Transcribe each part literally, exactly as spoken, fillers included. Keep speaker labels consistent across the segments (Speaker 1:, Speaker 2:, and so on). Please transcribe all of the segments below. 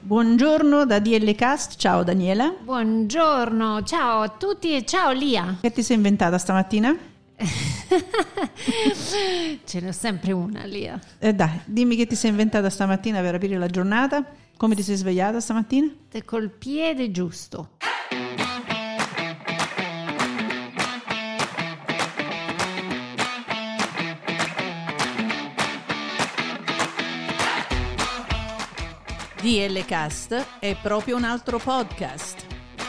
Speaker 1: Buongiorno da D L Cast, ciao Daniela.
Speaker 2: Buongiorno, ciao a tutti e ciao Lia.
Speaker 1: Che ti sei inventata stamattina?
Speaker 2: Ce n'è sempre una, Lia.
Speaker 1: Eh dai, dimmi che ti sei inventata stamattina per aprire la giornata. Come ti sei svegliata stamattina?
Speaker 2: Col piede giusto.
Speaker 1: D L Cast è proprio un altro podcast.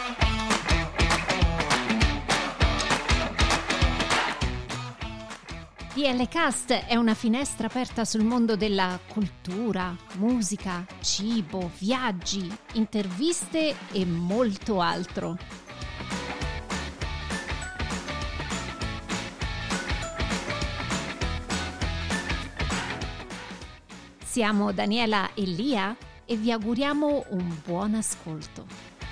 Speaker 2: D L Cast è una finestra aperta sul mondo della cultura, musica, cibo, viaggi, interviste e molto altro. Siamo Daniela e Lia e vi auguriamo un buon ascolto.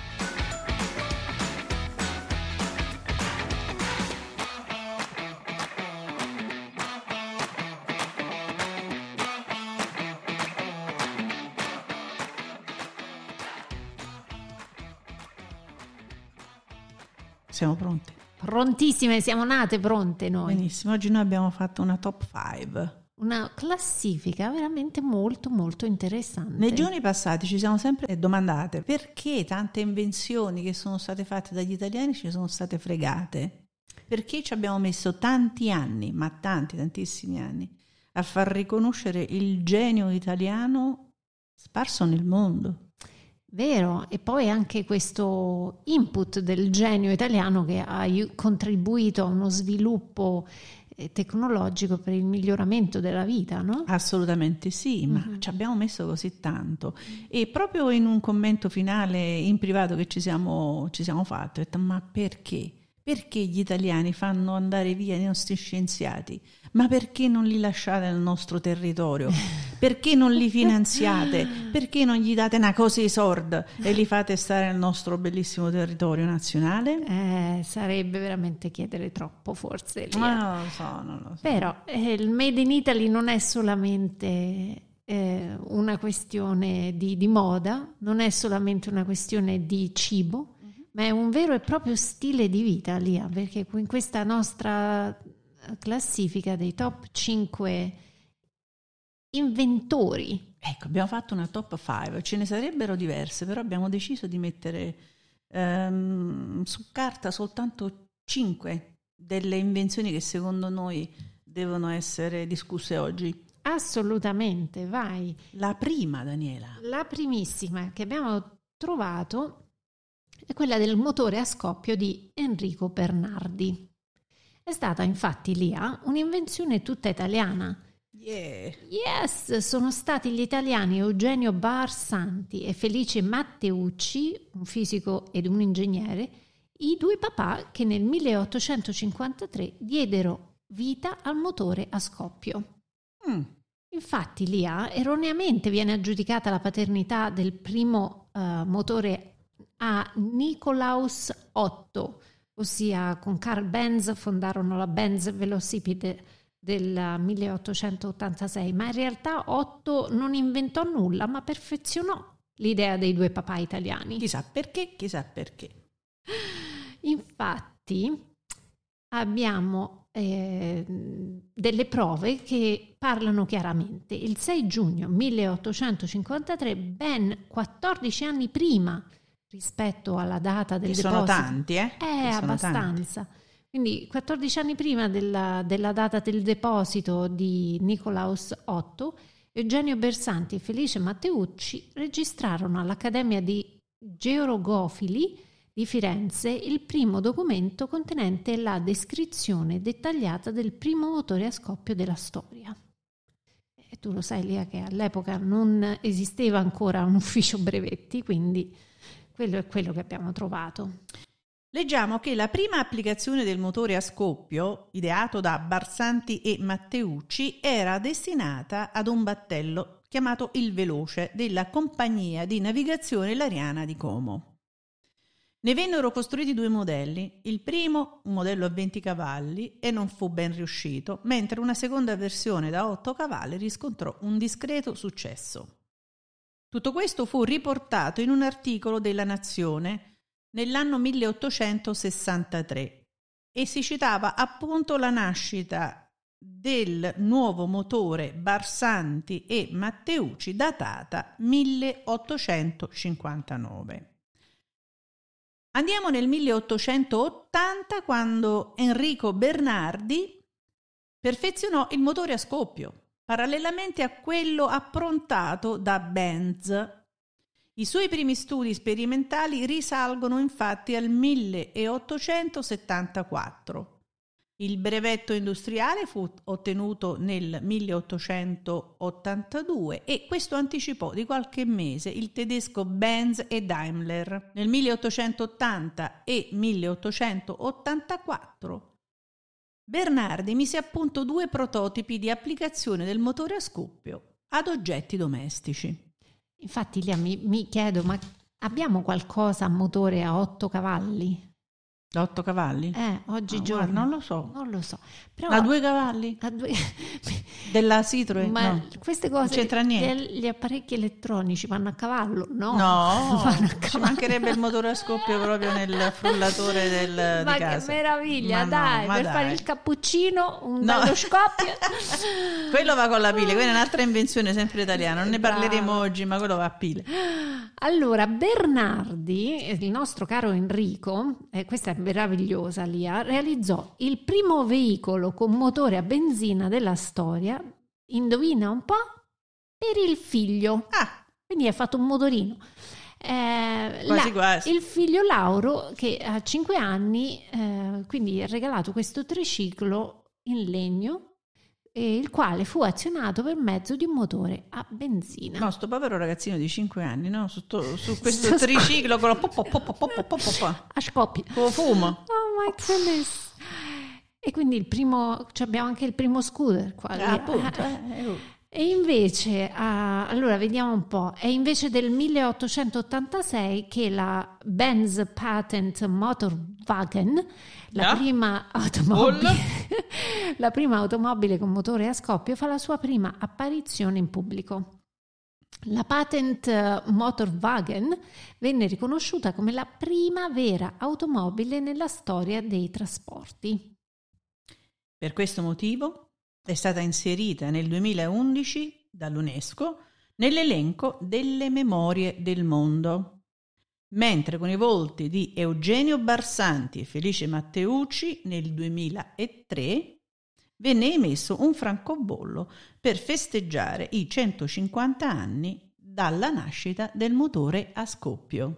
Speaker 1: Siamo pronte?
Speaker 2: Prontissime, siamo nate pronte noi.
Speaker 1: Benissimo, oggi noi abbiamo fatto una top cinque.
Speaker 2: Una classifica veramente molto molto interessante.
Speaker 1: Nei giorni passati ci siamo sempre domandate perché tante invenzioni che sono state fatte dagli italiani ci sono state fregate. Perché ci abbiamo messo tanti anni, ma tanti, tantissimi anni, a far riconoscere il genio italiano sparso nel mondo.
Speaker 2: Vero, e poi anche questo input del genio italiano che ha contribuito a uno sviluppo tecnologico per il miglioramento della vita, no?
Speaker 1: Assolutamente sì, ma mm-hmm. ci abbiamo messo così tanto. E proprio in un commento finale in privato che ci siamo, ci siamo fatti, ho detto: ma perché? Perché gli italiani fanno andare via i nostri scienziati? Ma perché non li lasciate nel nostro territorio? Perché non li finanziate? Perché non gli date una cosa di sorda e li fate stare nel nostro bellissimo territorio nazionale?
Speaker 2: Eh, sarebbe veramente chiedere troppo, forse.
Speaker 1: Ma non lo so, non lo so.
Speaker 2: Però eh, il Made in Italy non è solamente eh, una questione di, di moda, non è solamente una questione di cibo, uh-huh. ma è un vero e proprio stile di vita, Lia, perché in questa nostra classifica dei top cinque inventori.
Speaker 1: Ecco, abbiamo fatto una top cinque, ce ne sarebbero diverse, però abbiamo deciso di mettere ehm, su carta soltanto cinque delle invenzioni che secondo noi devono essere discusse oggi.
Speaker 2: Assolutamente, vai.
Speaker 1: La prima, Daniela.
Speaker 2: La primissima che abbiamo trovato è quella del motore a scoppio di Enrico Bernardi. È stata infatti Lia un'invenzione tutta italiana.
Speaker 1: Yeah.
Speaker 2: Yes, sono stati gli italiani Eugenio Barsanti e Felice Matteucci, un fisico ed un ingegnere, i due papà che nel milleottocentocinquantatré diedero vita al motore a scoppio.
Speaker 1: Mm.
Speaker 2: Infatti Lia erroneamente viene aggiudicata la paternità del primo uh, motore a Nicolaus Otto, ossia con Carl Benz fondarono la Benz Velocipede del milleottocentottantasei, ma in realtà Otto non inventò nulla, ma perfezionò l'idea dei due papà italiani.
Speaker 1: Chissà perché, chissà perché.
Speaker 2: Infatti abbiamo eh, delle prove che parlano chiaramente. Il sei giugno milleottocentocinquantatré, ben quattordici anni prima rispetto alla data del
Speaker 1: che
Speaker 2: deposito.
Speaker 1: Sono tanti, eh?
Speaker 2: È abbastanza. Tanti. Quindi quattordici anni prima della, della data del deposito di Nicolaus Otto, Eugenio Bersanti e Felice Matteucci registrarono all'Accademia di Georgofili di Firenze il primo documento contenente la descrizione dettagliata del primo motore a scoppio della storia. E tu lo sai, Lia, che all'epoca non esisteva ancora un ufficio brevetti, quindi quello è quello che abbiamo trovato.
Speaker 1: Leggiamo che la prima applicazione del motore a scoppio, ideato da Barsanti e Matteucci, era destinata ad un battello chiamato il Veloce della Compagnia di Navigazione Lariana di Como. Ne vennero costruiti due modelli, il primo un modello a venti cavalli e non fu ben riuscito, mentre una seconda versione da otto cavalli riscontrò un discreto successo. Tutto questo fu riportato in un articolo della Nazione nell'anno milleottocentosessantatré e si citava appunto la nascita del nuovo motore Barsanti e Matteucci datata milleottocentocinquantanove. Andiamo nel milleottocentottanta, quando Enrico Bernardi perfezionò il motore a scoppio, parallelamente a quello approntato da Benz. I suoi primi studi sperimentali risalgono infatti al milleottocentosettantaquattro. Il brevetto industriale fu ottenuto nel milleottocentottantadue e questo anticipò di qualche mese il tedesco Benz e Daimler. Nel milleottocentottanta e milleottocentottantaquattro Bernardi mise a punto due prototipi di applicazione del motore a scoppio ad oggetti domestici.
Speaker 2: Infatti, Lia, mi, mi chiedo, ma abbiamo qualcosa a motore a otto cavalli?
Speaker 1: Da otto cavalli?
Speaker 2: Eh, oggigiorno.
Speaker 1: Ah, guarda, non lo so.
Speaker 2: Non lo so. Però,
Speaker 1: a due cavalli?
Speaker 2: A due...
Speaker 1: Della Citroen?
Speaker 2: Ma
Speaker 1: no.
Speaker 2: queste cose,
Speaker 1: non c'entra niente.
Speaker 2: Gli, gli apparecchi elettronici vanno a cavallo? No.
Speaker 1: No,
Speaker 2: vanno a
Speaker 1: ci
Speaker 2: cavallo.
Speaker 1: Mancherebbe il motore a scoppio proprio nel frullatore del,
Speaker 2: ma
Speaker 1: di casa.
Speaker 2: Che meraviglia,
Speaker 1: ma
Speaker 2: dai,
Speaker 1: no, ma
Speaker 2: per
Speaker 1: dai.
Speaker 2: fare il cappuccino, un
Speaker 1: No.
Speaker 2: bello scoppio.
Speaker 1: Quello va con la pile, quella è un'altra invenzione sempre italiana, non ne
Speaker 2: Bravo.
Speaker 1: parleremo oggi, ma quello va a pile.
Speaker 2: Allora, Bernardi, il nostro caro Enrico, eh, questa è meravigliosa Lia, realizzò il primo veicolo con motore a benzina della storia, indovina un po', per il figlio.
Speaker 1: Ah,
Speaker 2: Quindi ha fatto un motorino. Eh,
Speaker 1: Quasi
Speaker 2: la-
Speaker 1: quasi.
Speaker 2: Il figlio Lauro, che a cinque anni, eh, quindi ha regalato questo triciclo in legno, eh, il quale fu azionato per mezzo di un motore a benzina.
Speaker 1: no, sto povero ragazzino di cinque anni, no? Su, to- su questo
Speaker 2: Sto
Speaker 1: triciclo con lo po- po- po- po- po- po- po- po-
Speaker 2: A scoppio.
Speaker 1: con fumo.
Speaker 2: Oh my goodness. E quindi il primo, cioè abbiamo anche il primo scooter qua.
Speaker 1: Ah, appunto. eh,
Speaker 2: E invece, ah, allora vediamo un po', è invece del milleottocentottantasei che la Benz Patent Motorwagen, la,
Speaker 1: Ah.
Speaker 2: prima automobile, la prima automobile con motore a scoppio, fa la sua prima apparizione in pubblico. La Patent Motorwagen venne riconosciuta come la prima vera automobile nella storia dei trasporti.
Speaker 1: Per questo motivo è stata inserita nel duemilaundici dall'UNESCO nell'elenco delle memorie del mondo, mentre con i volti di Eugenio Barsanti e Felice Matteucci nel duemilatré venne emesso un francobollo per festeggiare i centocinquanta anni dalla nascita del motore a scoppio.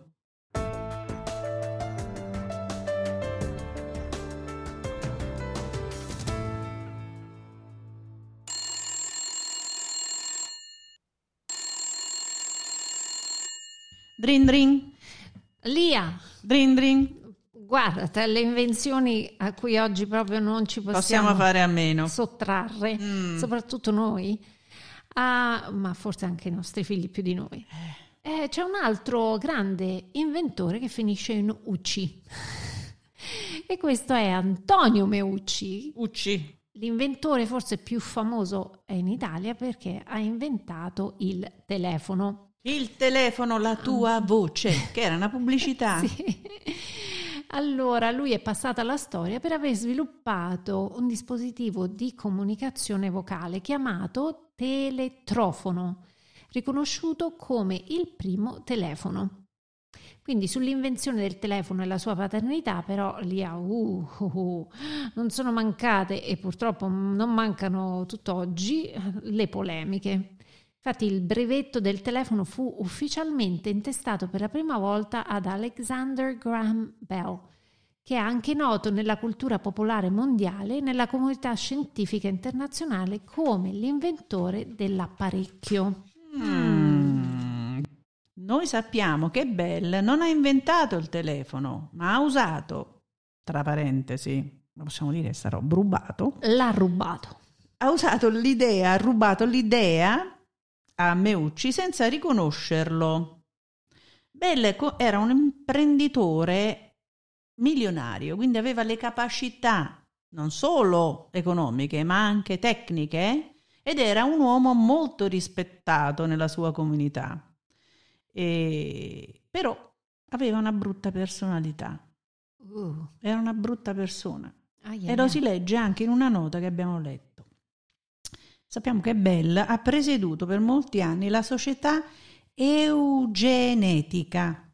Speaker 1: Drin drin,
Speaker 2: Lia,
Speaker 1: drin drin.
Speaker 2: guarda, tra le invenzioni a cui oggi proprio non ci possiamo,
Speaker 1: Possiamo fare a meno.
Speaker 2: sottrarre,
Speaker 1: Mm.
Speaker 2: soprattutto noi, ah, ma forse anche i nostri figli più di noi. Eh, c'è un altro grande inventore che finisce in U C e questo è Antonio Meucci,
Speaker 1: Ucci.
Speaker 2: l'inventore forse più famoso è in Italia perché ha inventato il telefono.
Speaker 1: Il telefono, la tua voce, che era una pubblicità.
Speaker 2: Sì. Allora, lui è passato alla storia per aver sviluppato un dispositivo di comunicazione vocale chiamato teletrofono, riconosciuto come il primo telefono. Quindi sull'invenzione del telefono e la sua paternità però lì uh, uh, uh, non sono mancate e purtroppo non mancano tutt'oggi le polemiche. Infatti il brevetto del telefono fu ufficialmente intestato per la prima volta ad Alexander Graham Bell, che è anche noto nella cultura popolare mondiale e nella comunità scientifica internazionale come l'inventore dell'apparecchio.
Speaker 1: Mm. Noi sappiamo che Bell non ha inventato il telefono, ma ha usato, tra parentesi, lo possiamo dire, sarò rubato,
Speaker 2: L'ha rubato.
Speaker 1: ha usato l'idea, ha rubato l'idea a Meucci senza riconoscerlo. Bell era un imprenditore milionario, quindi aveva le capacità non solo economiche ma anche tecniche ed era un uomo molto rispettato nella sua comunità. E, però aveva una brutta personalità.
Speaker 2: Uh.
Speaker 1: Era una brutta persona.
Speaker 2: Ai,
Speaker 1: E
Speaker 2: ai,
Speaker 1: lo
Speaker 2: ai.
Speaker 1: si legge anche in una nota che abbiamo letto. Sappiamo che Bell ha presieduto per molti anni la società eugenetica,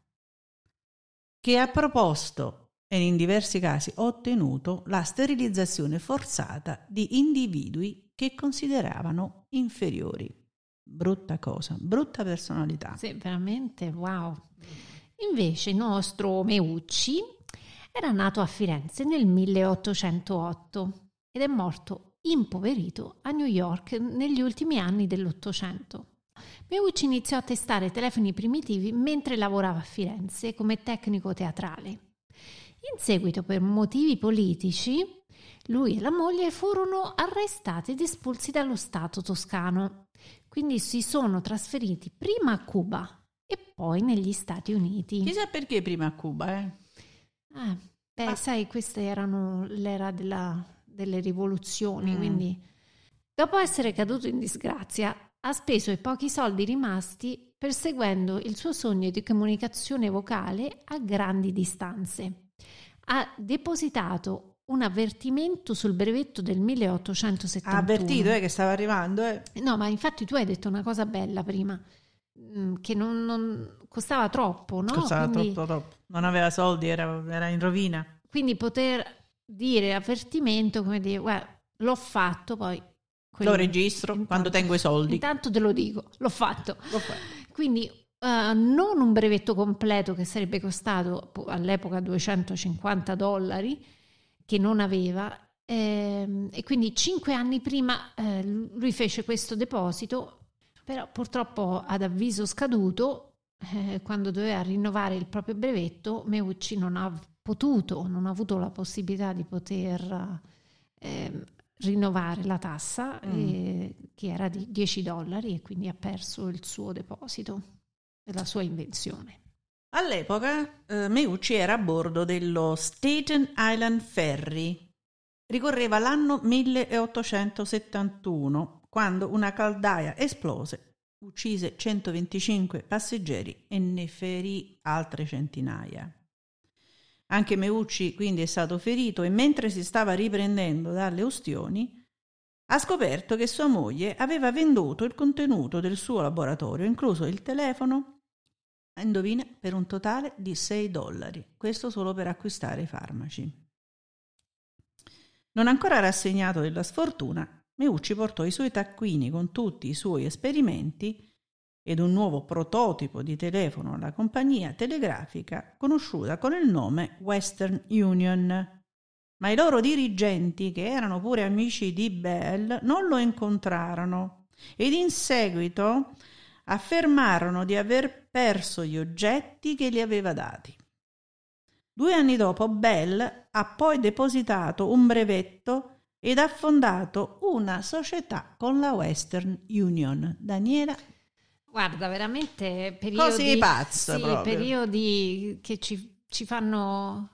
Speaker 1: che ha proposto e in diversi casi ottenuto la sterilizzazione forzata di individui che consideravano inferiori. Brutta cosa, brutta personalità.
Speaker 2: Sì, veramente, wow. Invece il nostro Meucci era nato a Firenze nel milleottocentootto ed è morto impoverito a New York negli ultimi anni dell'Ottocento. Meucci iniziò a testare telefoni primitivi mentre lavorava a Firenze come tecnico teatrale. In seguito, per motivi politici, lui e la moglie furono arrestati ed espulsi dallo Stato toscano. Quindi si sono trasferiti prima a Cuba e poi negli Stati Uniti.
Speaker 1: Chissà perché prima a Cuba, eh?
Speaker 2: Ah, beh,
Speaker 1: Ah.
Speaker 2: sai, queste erano l'era della, delle rivoluzioni,
Speaker 1: Mm.
Speaker 2: quindi dopo essere caduto in disgrazia ha speso i pochi soldi rimasti perseguendo il suo sogno di comunicazione vocale a grandi distanze. Ha depositato un avvertimento sul brevetto del milleottocentosettantuno.
Speaker 1: Ha avvertito eh, che stava arrivando, eh?
Speaker 2: No, ma infatti tu hai detto una cosa bella prima, mm, che non, non- costava troppo, no?
Speaker 1: Costava
Speaker 2: Quindi-
Speaker 1: troppo, troppo. Non aveva soldi, era, era in rovina.
Speaker 2: Quindi poter dire avvertimento, come dire, guarda, l'ho fatto, poi
Speaker 1: Lo
Speaker 2: quello-
Speaker 1: registro
Speaker 2: intanto-
Speaker 1: quando tengo i soldi.
Speaker 2: Intanto te lo dico, l'ho fatto.
Speaker 1: Lo fa.
Speaker 2: Quindi eh, non un brevetto completo che sarebbe costato po- all'epoca duecentocinquanta dollari, che non aveva, ehm, e quindi cinque anni prima eh, lui fece questo deposito, però purtroppo ad avviso scaduto, eh, quando doveva rinnovare il proprio brevetto, Meucci non ha potuto, non ha avuto la possibilità di poter ehm, rinnovare la tassa,
Speaker 1: Mm.
Speaker 2: eh, che era di dieci dollari, e quindi ha perso il suo deposito e la sua invenzione.
Speaker 1: All'epoca eh, Meucci era a bordo dello Staten Island Ferry. Ricorreva l'anno milleottocentosettantuno, quando una caldaia esplose, uccise centoventicinque passeggeri e ne ferì altre centinaia. Anche Meucci quindi è stato ferito e mentre si stava riprendendo dalle ustioni ha scoperto che sua moglie aveva venduto il contenuto del suo laboratorio, incluso il telefono, indovina, per un totale di sei dollari, questo solo per acquistare i farmaci. Non ancora rassegnato della sfortuna, Meucci portò i suoi taccuini con tutti i suoi esperimenti ed un nuovo prototipo di telefono alla compagnia telegrafica conosciuta con il nome Western Union. Ma i loro dirigenti, che erano pure amici di Bell, non lo incontrarono ed in seguito affermarono di aver perso gli oggetti che gli aveva dati. Due anni dopo Bell ha poi depositato un brevetto ed ha fondato una società con la Western Union. Daniela?
Speaker 2: Guarda, veramente periodi,
Speaker 1: Così pazza
Speaker 2: sì,
Speaker 1: proprio.
Speaker 2: periodi che ci, ci fanno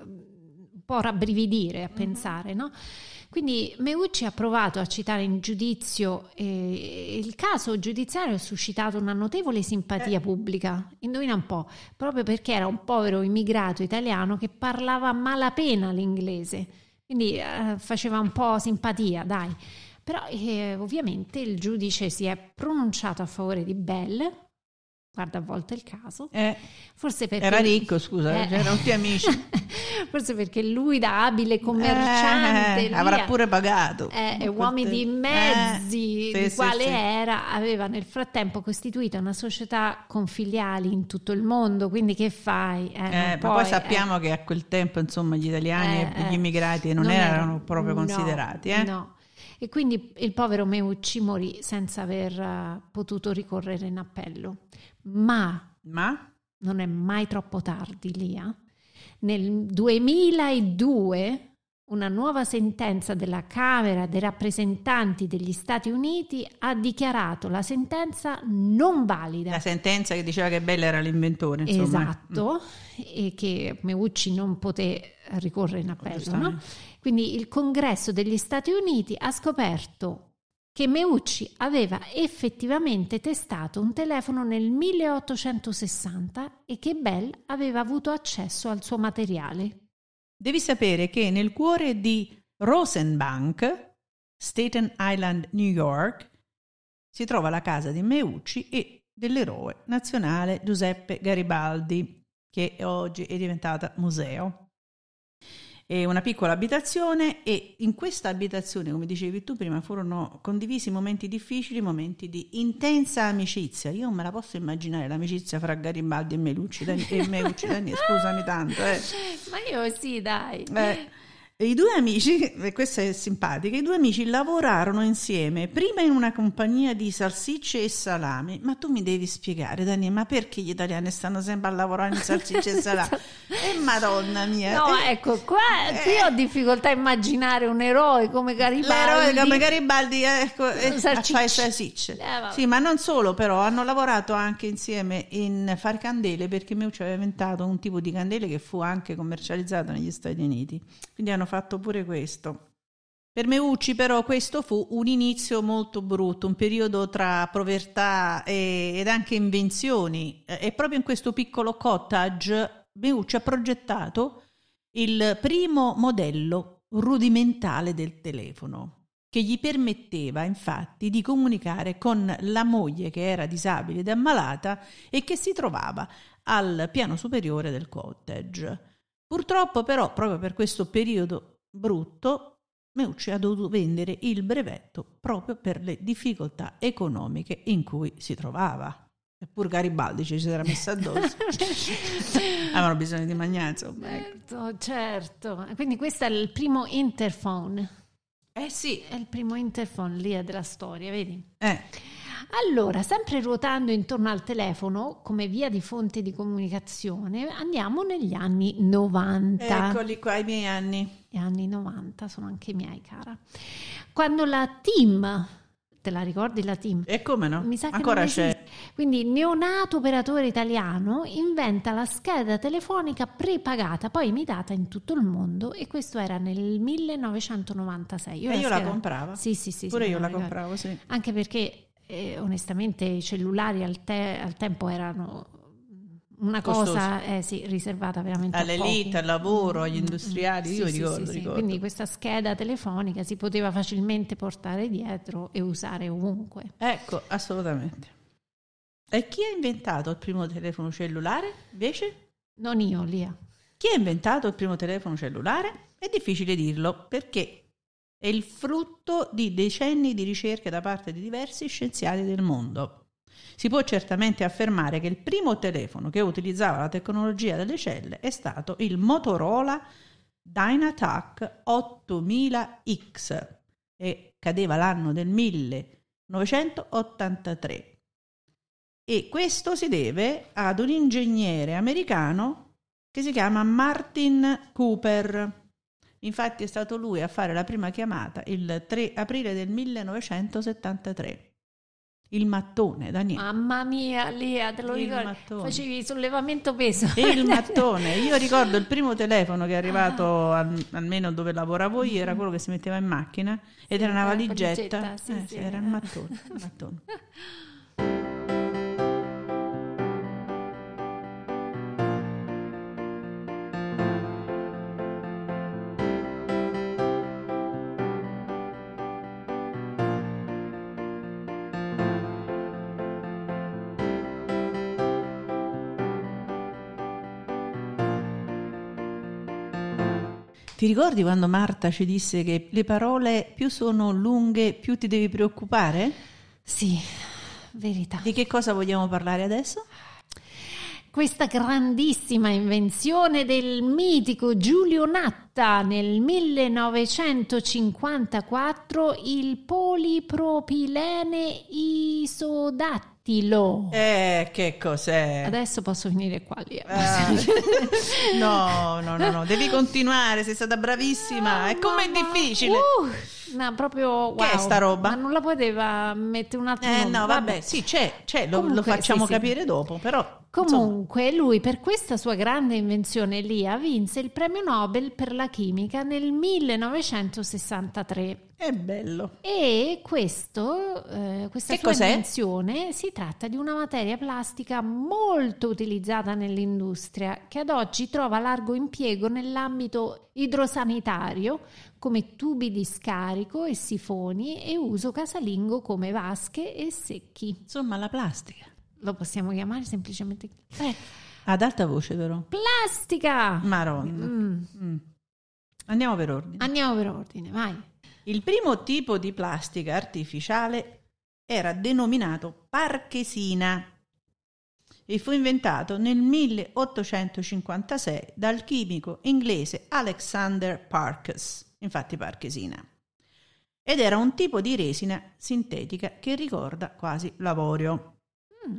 Speaker 2: un po' rabbrividire a
Speaker 1: Mhm.
Speaker 2: pensare, no? Quindi Meucci ha provato a citare in giudizio e il caso giudiziario ha suscitato una notevole simpatia
Speaker 1: Eh.
Speaker 2: pubblica. Indovina un po', proprio perché era un povero immigrato italiano che parlava a malapena l'inglese, quindi eh, faceva un po' simpatia, dai. Però eh, ovviamente il giudice si è pronunciato a favore di Bell, guarda a volte il caso,
Speaker 1: Eh,
Speaker 2: forse perché
Speaker 1: era ricco, scusa,
Speaker 2: Eh.
Speaker 1: c'erano tutti amici.
Speaker 2: forse perché lui da abile commerciante
Speaker 1: Eh,
Speaker 2: lì
Speaker 1: avrà
Speaker 2: a-
Speaker 1: pure pagato.
Speaker 2: eh, e uomini di
Speaker 1: Eh,
Speaker 2: mezzi
Speaker 1: sì,
Speaker 2: di
Speaker 1: sì,
Speaker 2: quale
Speaker 1: sì.
Speaker 2: era, aveva nel frattempo costituito una società con filiali in tutto il mondo, quindi che fai? Eh, non
Speaker 1: Eh, ma
Speaker 2: puoi,
Speaker 1: poi
Speaker 2: eh.
Speaker 1: sappiamo che a quel tempo, insomma, gli italiani
Speaker 2: Eh,
Speaker 1: e gli
Speaker 2: eh,
Speaker 1: immigrati non,
Speaker 2: non
Speaker 1: erano
Speaker 2: erano-
Speaker 1: proprio
Speaker 2: no,
Speaker 1: considerati. Eh?
Speaker 2: no. E quindi il povero Meucci morì senza aver eh, potuto ricorrere in appello. Ma
Speaker 1: Ma?
Speaker 2: non è mai troppo tardi, Lia. Nel duemiladue una nuova sentenza della Camera dei rappresentanti degli Stati Uniti ha dichiarato la sentenza non valida.
Speaker 1: La sentenza che diceva che Bella era l'inventore, insomma.
Speaker 2: Esatto, e che Meucci non poté ricorrere in appello, no?
Speaker 1: Giustamente.
Speaker 2: Quindi il Congresso degli Stati Uniti ha scoperto che Meucci aveva effettivamente testato un telefono nel milleottocentosessanta e che Bell aveva avuto accesso al suo materiale.
Speaker 1: Devi sapere che nel cuore di Rosenbank, Staten Island, New York, si trova la casa di Meucci e dell'eroe nazionale Giuseppe Garibaldi, che oggi è diventata museo. È una piccola abitazione e in questa abitazione, come dicevi tu prima, furono condivisi momenti difficili, momenti di intensa amicizia. Io non me la posso immaginare l'amicizia fra Garibaldi e Meucci, e Meucci, scusami tanto. Eh.
Speaker 2: Ma io sì, dai.
Speaker 1: Eh. I due amici, e questa è simpatica, i due amici lavorarono insieme, prima in una compagnia di salsicce e salami, ma tu mi devi spiegare, Daniele, ma perché gli italiani stanno sempre a lavorare in salsicce e salami? E eh, madonna mia!
Speaker 2: No,
Speaker 1: eh,
Speaker 2: ecco, qua
Speaker 1: eh,
Speaker 2: qui ho difficoltà a immaginare un eroe come Garibaldi.
Speaker 1: L'eroe come Garibaldi, ecco, eh,
Speaker 2: salsicce.
Speaker 1: a fare salsicce.
Speaker 2: Eh,
Speaker 1: sì, ma non solo, però, hanno lavorato anche insieme in fare candele, perché Meucci aveva inventato un tipo di candele che fu anche commercializzato negli Stati Uniti. Quindi hanno fatto pure questo. Per Meucci però questo fu un inizio molto brutto, un periodo tra povertà e, ed anche invenzioni, e proprio in questo piccolo cottage Meucci ha progettato il primo modello rudimentale del telefono, che gli permetteva infatti di comunicare con la moglie che era disabile ed ammalata e che si trovava al piano superiore del cottage. Purtroppo però proprio per questo periodo brutto Meucci ha dovuto vendere il brevetto proprio per le difficoltà economiche in cui si trovava. Eppure Garibaldi ci si era messo addosso. Avevano bisogno di mangiare, insomma.
Speaker 2: Certo, certo. Quindi questo è il primo interphone.
Speaker 1: Eh sì.
Speaker 2: È il primo interphone lì è della storia, vedi?
Speaker 1: Eh.
Speaker 2: Allora, sempre ruotando intorno al telefono come via di fonte di comunicazione, andiamo negli anni novanta.
Speaker 1: Eccoli qua i miei anni.
Speaker 2: Gli anni novanta sono anche i miei, cara. Quando la TIM, te la ricordi la TIM?
Speaker 1: E come no?
Speaker 2: Mi sa che
Speaker 1: ancora
Speaker 2: non
Speaker 1: c'è.
Speaker 2: Esiste. Quindi neonato operatore italiano inventa la scheda telefonica prepagata, poi imitata in tutto il mondo, e questo era nel millenovecentonovantasei.
Speaker 1: Io e io
Speaker 2: scheda...
Speaker 1: la compravo.
Speaker 2: Sì, sì, sì.
Speaker 1: Pure
Speaker 2: sì,
Speaker 1: io la
Speaker 2: ricordo.
Speaker 1: compravo, sì.
Speaker 2: Anche perché eh, onestamente i cellulari al, te- al tempo erano una
Speaker 1: Costoso.
Speaker 2: cosa eh, sì, riservata veramente
Speaker 1: all'elite, al lavoro, agli industriali,
Speaker 2: mm,
Speaker 1: io
Speaker 2: sì,
Speaker 1: ricordo,
Speaker 2: sì, sì,
Speaker 1: ricordo.
Speaker 2: Quindi questa scheda telefonica si poteva facilmente portare dietro e usare ovunque.
Speaker 1: Ecco, assolutamente. E chi ha inventato il primo telefono cellulare, invece?
Speaker 2: Non io, Lia.
Speaker 1: Chi ha inventato il primo telefono cellulare? È difficile dirlo, perché è il frutto di decenni di ricerche da parte di diversi scienziati del mondo. Si può certamente affermare che il primo telefono che utilizzava la tecnologia delle celle è stato il Motorola Dynatac ottomila X e cadeva l'anno del millenovecentottantatré. E questo si deve ad un ingegnere americano che si chiama Martin Cooper. Infatti è stato lui a fare la prima chiamata il tre aprile del millenovecentosettantatré. Il mattone, Daniele.
Speaker 2: Mamma mia, Lia, te lo
Speaker 1: Il
Speaker 2: ricordi?
Speaker 1: mattone.
Speaker 2: Facevi sollevamento peso.
Speaker 1: Il mattone. Io ricordo il primo telefono che è arrivato al, almeno dove lavoravo io, era quello che si metteva in macchina ed
Speaker 2: Sì,
Speaker 1: era una
Speaker 2: la
Speaker 1: valigetta.
Speaker 2: valigetta, sì,
Speaker 1: Eh,
Speaker 2: sì.
Speaker 1: sì, era il mattone. Il mattone. Ti ricordi quando Marta ci disse che le parole più sono lunghe più ti devi preoccupare?
Speaker 2: Sì, verità.
Speaker 1: Di che cosa vogliamo parlare adesso?
Speaker 2: Questa grandissima invenzione del mitico Giulio Natta nel millenovecentocinquantaquattro, il polipropilene isodattilo.
Speaker 1: Eh, che cos'è?
Speaker 2: Adesso posso finire qua, Lia.
Speaker 1: Ah, no, no, no, no, devi continuare, sei stata bravissima. E com'è difficile?
Speaker 2: Uh, no, proprio wow.
Speaker 1: Che è sta roba?
Speaker 2: Ma non la poteva mettere un attimo?
Speaker 1: Eh no, vabbè, sì, c'è, c'è lo, lo
Speaker 2: Comunque,
Speaker 1: facciamo
Speaker 2: sì, sì.
Speaker 1: capire dopo, però
Speaker 2: Comunque insomma. Lui per questa sua grande invenzione Lia vinse il premio Nobel per la chimica nel millenovecentosessantatré.
Speaker 1: È bello.
Speaker 2: E questo, eh, questa
Speaker 1: che
Speaker 2: sua
Speaker 1: cos'è?
Speaker 2: invenzione si tratta di una materia plastica molto utilizzata nell'industria che ad oggi trova largo impiego nell'ambito idrosanitario come tubi di scarico e sifoni e uso casalingo come vasche e secchi.
Speaker 1: Insomma, la plastica.
Speaker 2: Lo possiamo chiamare semplicemente
Speaker 1: eh, ad alta voce però.
Speaker 2: Plastica!
Speaker 1: Maronna. Mm. Mm. Andiamo per ordine.
Speaker 2: Andiamo per ordine, vai.
Speaker 1: Il primo tipo di plastica artificiale era denominato parchesina e fu inventato nel milleottocentocinquantasei dal chimico inglese Alexander Parkes, infatti parchesina, ed era un tipo di resina sintetica che ricorda quasi l'avorio. Mm.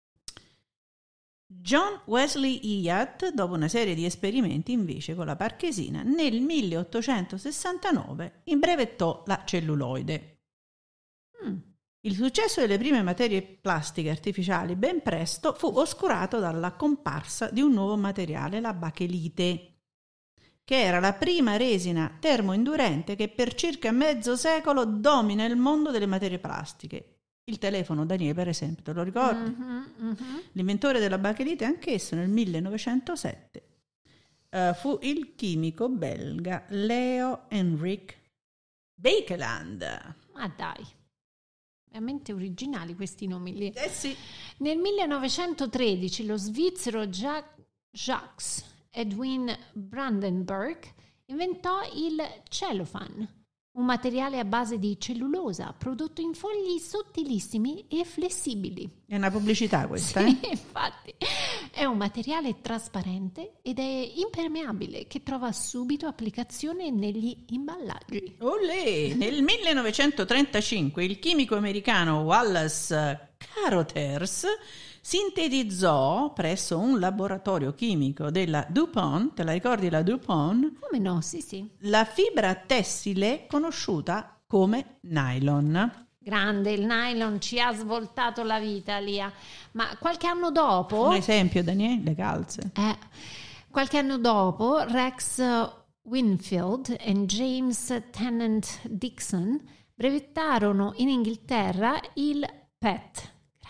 Speaker 1: John Wesley Hyatt, dopo una serie di esperimenti invece con la parchesina, nel milleottocentosessantanove imbrevettò la celluloide. Mm. Il successo delle prime materie plastiche artificiali ben presto fu oscurato dalla comparsa di un nuovo materiale, la bachelite, che era la prima resina termoindurente che per circa mezzo secolo domina il mondo delle materie plastiche. Il telefono, Daniele, per esempio, te lo ricordi? Mm-hmm, mm-hmm. L'inventore della bachelite, anch'esso nel millenovecentosette, uh, fu il chimico belga Leo Henrik Baekeland.
Speaker 2: Ma dai, veramente originali questi nomi lì.
Speaker 1: Eh sì.
Speaker 2: Nel millenovecentotredici lo svizzero Jacques Edwin Brandenburg inventò il cellophane, un materiale a base di cellulosa prodotto in fogli sottilissimi e flessibili.
Speaker 1: È una pubblicità questa,
Speaker 2: sì,
Speaker 1: eh?
Speaker 2: Infatti. È un materiale trasparente ed è impermeabile che trova subito applicazione negli imballaggi.
Speaker 1: Olè! Nel millenovecentotrentacinque il chimico americano Wallace Carothers sintetizzò presso un laboratorio chimico della DuPont, te la ricordi la DuPont?
Speaker 2: Come no, sì sì.
Speaker 1: La fibra tessile conosciuta come nylon.
Speaker 2: Grande, il nylon ci ha svoltato la vita, Lia. Ma qualche anno dopo...
Speaker 1: Un esempio, Daniele, le calze.
Speaker 2: Eh, qualche anno dopo Rex Winfield e James Tennant Dixon brevettarono in Inghilterra il P E T.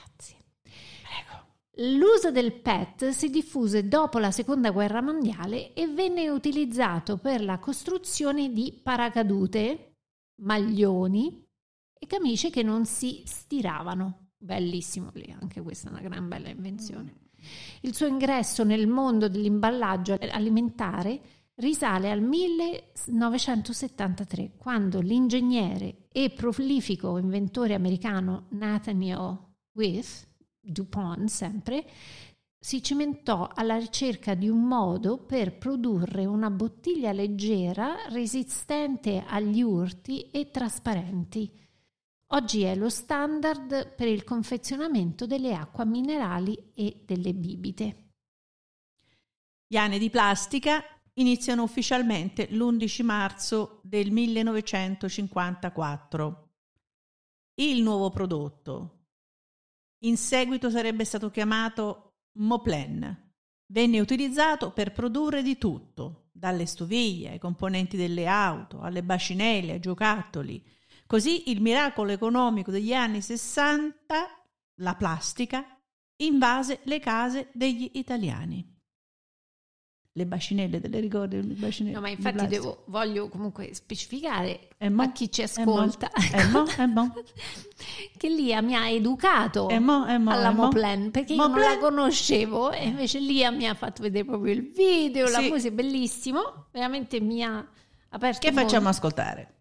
Speaker 2: L'uso del P E T si diffuse dopo la Seconda Guerra Mondiale e venne utilizzato per la costruzione di paracadute, maglioni e camicie che non si stiravano. Bellissimo lì, anche questa è una gran bella invenzione. Il suo ingresso nel mondo dell'imballaggio alimentare risale al millenovecentosettantatré, quando l'ingegnere e prolifico inventore americano Nathaniel Wyeth DuPont sempre, si cimentò alla ricerca di un modo per produrre una bottiglia leggera, resistente agli urti e trasparenti. Oggi è lo standard per il confezionamento delle acque minerali e delle bibite.
Speaker 1: Gli anni di plastica iniziano ufficialmente l'undici marzo del millenovecentocinquantaquattro. Il nuovo prodotto, in seguito sarebbe stato chiamato Moplen, venne utilizzato per produrre di tutto, dalle stoviglie ai componenti delle auto, alle bacinelle, ai giocattoli. Così il miracolo economico degli anni sessanta, la plastica, invase le case degli italiani. Le bacinelle, te le ricordi? Le bacinelle,
Speaker 2: no, ma infatti devo, voglio comunque specificare
Speaker 1: mo,
Speaker 2: a chi ci ascolta
Speaker 1: è mo, è mo.
Speaker 2: che Lia mi ha educato
Speaker 1: è mo, è mo,
Speaker 2: alla
Speaker 1: è
Speaker 2: Moplen,
Speaker 1: mo.
Speaker 2: perché
Speaker 1: Moplen?
Speaker 2: io non la conoscevo e invece Lia mi ha fatto vedere proprio il video,
Speaker 1: sì.
Speaker 2: La musica, bellissimo, veramente mi ha aperto.
Speaker 1: Che
Speaker 2: molto.
Speaker 1: facciamo ascoltare?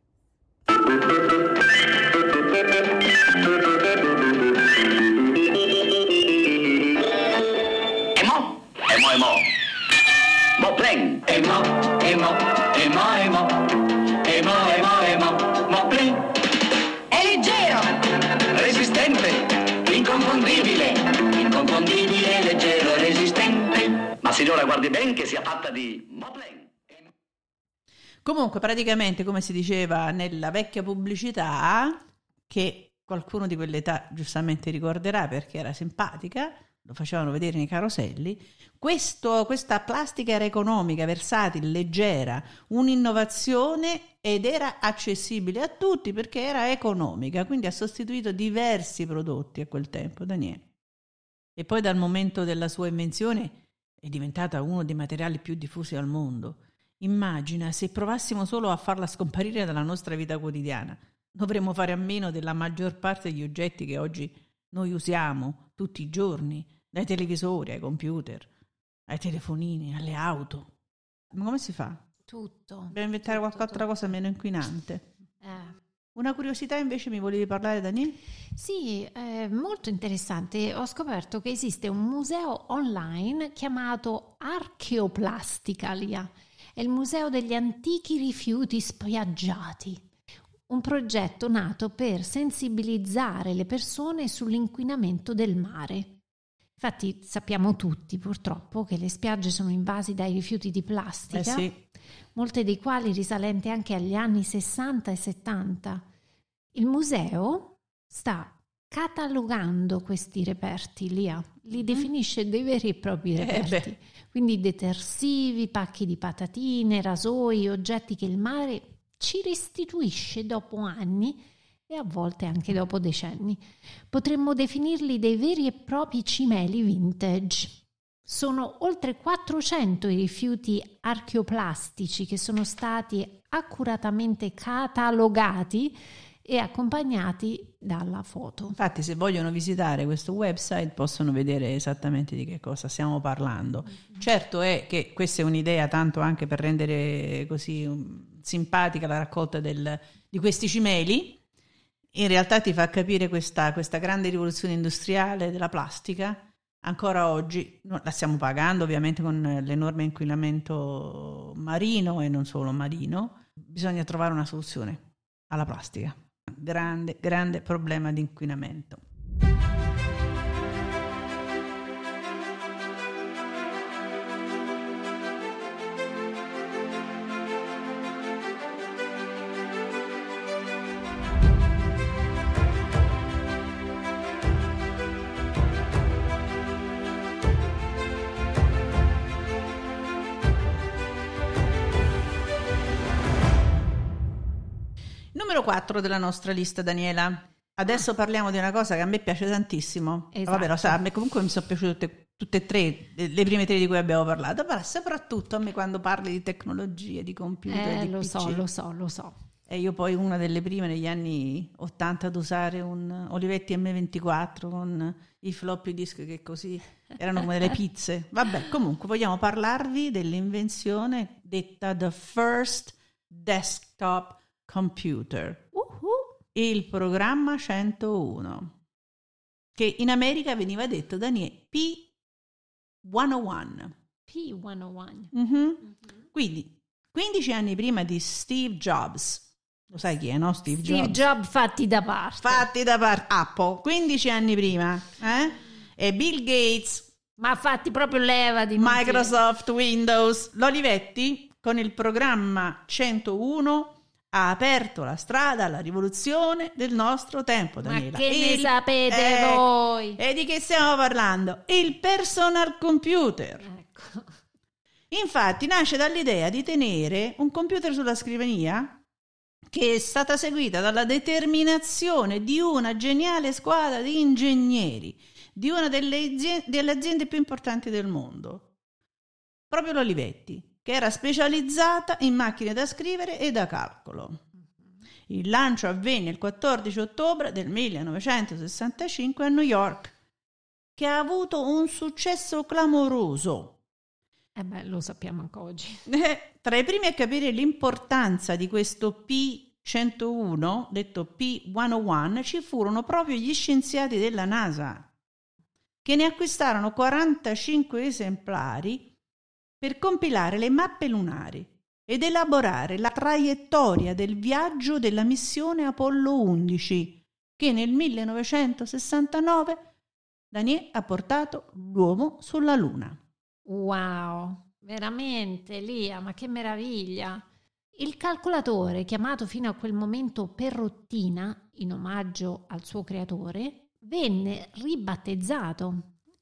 Speaker 3: E mo, e mo, e mo. Moplen, e mo, e mo, e mo, e mo, e mo, e mo, e mo, Moplen. È leggero, resistente, inconfondibile, inconfondibile, leggero, resistente. Ma signora, guardi ben che sia fatta di Moplen.
Speaker 1: Comunque, praticamente, come si diceva nella vecchia pubblicità, che qualcuno di quell'età giustamente ricorderà perché era simpatica, lo facevano vedere nei caroselli, questo, questa plastica era economica, versatile, leggera, un'innovazione ed era accessibile a tutti perché era economica, quindi ha sostituito diversi prodotti a quel tempo, Daniele. E poi dal momento della sua invenzione è diventata uno dei materiali più diffusi al mondo. Immagina se provassimo solo a farla scomparire dalla nostra vita quotidiana. Dovremmo fare a meno della maggior parte degli oggetti che oggi noi usiamo tutti i giorni, dai televisori ai computer, ai telefonini, alle auto. Ma come si fa?
Speaker 2: Tutto.
Speaker 1: Dobbiamo inventare
Speaker 2: tutto,
Speaker 1: qualche altra cosa meno inquinante.
Speaker 2: Eh.
Speaker 1: Una curiosità invece mi volevi parlare, Dani?
Speaker 2: Sì, è molto interessante. Ho scoperto che esiste un museo online chiamato Archeoplasticalia. È il museo degli antichi rifiuti spiaggiati. Un progetto nato per sensibilizzare le persone sull'inquinamento del mare. Infatti sappiamo tutti purtroppo che le spiagge sono invasi dai rifiuti di plastica,
Speaker 1: Eh sì.
Speaker 2: molte dei quali risalenti anche agli anni sessanta e settanta. Il museo sta catalogando questi reperti, Lia, li definisce dei veri e propri reperti,
Speaker 1: Eh
Speaker 2: quindi detersivi, pacchi di patatine, rasoi, oggetti che il mare ci restituisce dopo anni e a volte anche dopo decenni. Potremmo definirli dei veri e propri cimeli vintage. Sono oltre quattrocento i rifiuti archeoplastici che sono stati accuratamente catalogati e accompagnati dalla foto.
Speaker 1: Infatti, se vogliono visitare questo website possono vedere esattamente di che cosa stiamo parlando. Mm-hmm. Certo è che questa è un'idea tanto anche per rendere così um, simpatica la raccolta del, di questi cimeli. In realtà ti fa capire questa, questa grande rivoluzione industriale della plastica. Ancora oggi la stiamo pagando ovviamente con l'enorme inquinamento marino e non solo marino. Bisogna trovare una soluzione alla plastica. Grande, grande problema di inquinamento. Numero quattro della nostra lista, Daniela. Adesso ah. parliamo di una cosa che a me piace tantissimo.
Speaker 2: Esatto.
Speaker 1: Vabbè, lo sa, a me comunque mi sono piaciute tutte, tutte e tre, le prime tre di cui abbiamo parlato, ma soprattutto a me quando parli di tecnologie, di computer,
Speaker 2: eh,
Speaker 1: di
Speaker 2: lo
Speaker 1: P C.
Speaker 2: so, lo so, lo so.
Speaker 1: E io poi una delle prime negli anni ottanta ad usare un Olivetti emme ventiquattro con i floppy disk che così erano come delle pizze. Vabbè, comunque vogliamo parlarvi dell'invenzione detta the first desktop computer, uh-huh. il programma centouno, che in America veniva detto da P centouno.
Speaker 2: P centouno.
Speaker 1: Mm-hmm.
Speaker 2: Mm-hmm.
Speaker 1: Quindi, quindici anni prima di Steve Jobs, lo sai chi è, no? Steve,
Speaker 2: Steve
Speaker 1: Jobs.
Speaker 2: Jobs fatti da parte.
Speaker 1: Fatti da parte, Apple, quindici anni prima, eh? E Bill Gates,
Speaker 2: ma fatti proprio leva di
Speaker 1: Microsoft, Windows, l'Olivetti con il programma centouno ha aperto la strada alla rivoluzione del nostro tempo, Daniela.
Speaker 2: Ma che
Speaker 1: il,
Speaker 2: ne sapete
Speaker 1: eh,
Speaker 2: voi?
Speaker 1: E di che stiamo parlando? Il personal computer.
Speaker 2: Ecco.
Speaker 1: Infatti nasce dall'idea di tenere un computer sulla scrivania che è stata seguita dalla determinazione di una geniale squadra di ingegneri di una delle aziende, delle aziende più importanti del mondo, proprio l'Olivetti, che era specializzata in macchine da scrivere e da calcolo. Il lancio avvenne il quattordici ottobre del millenovecentosessantacinque a New York, che ha avuto un successo clamoroso.
Speaker 2: Eh beh, lo sappiamo anche oggi.
Speaker 1: Eh, tra i primi a capire l'importanza di questo P centouno, detto P centouno, ci furono proprio gli scienziati della NASA, che ne acquistarono quarantacinque esemplari per compilare le mappe lunari ed elaborare la traiettoria del viaggio della missione Apollo undici, che nel millenovecentosessantanove Daniel ha portato l'uomo sulla Luna.
Speaker 2: Wow, veramente, Lia, ma che meraviglia! Il calcolatore, chiamato fino a quel momento Perrottina, in omaggio al suo creatore, venne ribattezzato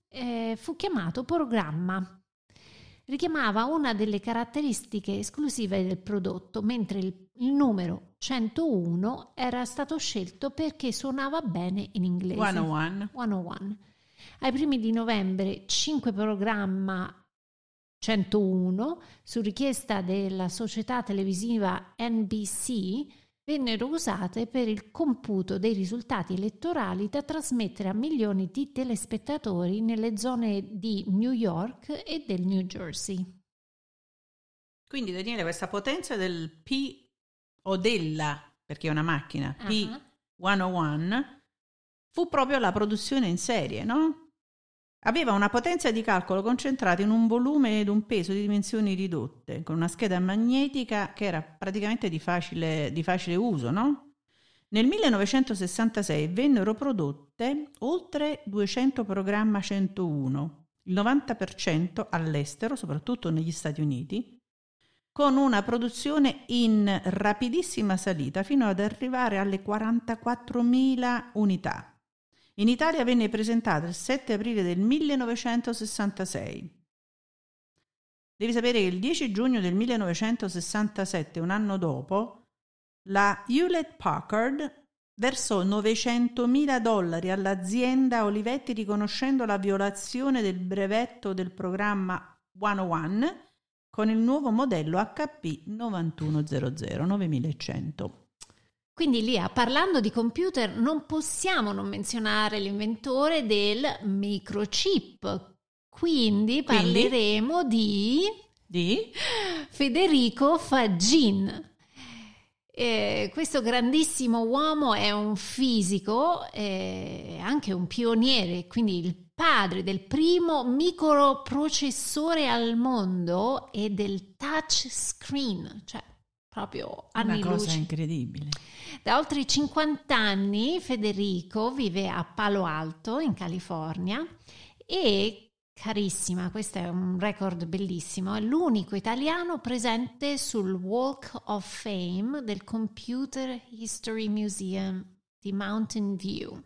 Speaker 2: eh, fu chiamato programma. Richiamava una delle caratteristiche esclusive del prodotto, mentre il, il numero centouno era stato scelto perché suonava bene in inglese.
Speaker 1: centouno.
Speaker 2: centouno. Ai primi di novembre, cinque programma centouno, su richiesta della società televisiva N B C, vennero usate per il computo dei risultati elettorali da trasmettere a milioni di telespettatori nelle zone di New York e del New Jersey.
Speaker 1: Quindi Daniele, questa potenza del P o della, perché è una macchina,
Speaker 2: Uh-huh.
Speaker 1: P centouno, fu proprio la produzione in serie, no? Aveva una potenza di calcolo concentrata in un volume ed un peso di dimensioni ridotte, con una scheda magnetica che era praticamente di facile, di facile uso, no? Nel millenovecentosessantasei vennero prodotte oltre duecento programma centouno, il novanta per cento all'estero, soprattutto negli Stati Uniti, con una produzione in rapidissima salita fino ad arrivare alle quarantaquattromila unità. In Italia venne presentato il sette aprile del millenovecentosessantasei. Devi sapere che il dieci giugno del millenovecentosessantasette, un anno dopo, la Hewlett Packard versò novecentomila dollari all'azienda Olivetti riconoscendo la violazione del brevetto del programma centouno con il nuovo modello H P novantunomila novemilacento.
Speaker 2: Quindi Lia, parlando di computer, non possiamo non menzionare l'inventore del microchip. Quindi parleremo
Speaker 1: Quindi?
Speaker 2: di,
Speaker 1: di
Speaker 2: Federico Faggin. Eh, questo grandissimo uomo è un fisico, eh, anche un pioniere, quindi il padre del primo microprocessore al mondo e del touch screen, cioè proprio anni
Speaker 1: una cosa
Speaker 2: luce.
Speaker 1: incredibile.
Speaker 2: Da oltre cinquanta anni Federico vive a Palo Alto, in California, e, carissima, questo è un record bellissimo, è l'unico italiano presente sul Walk of Fame del Computer History Museum di Mountain View.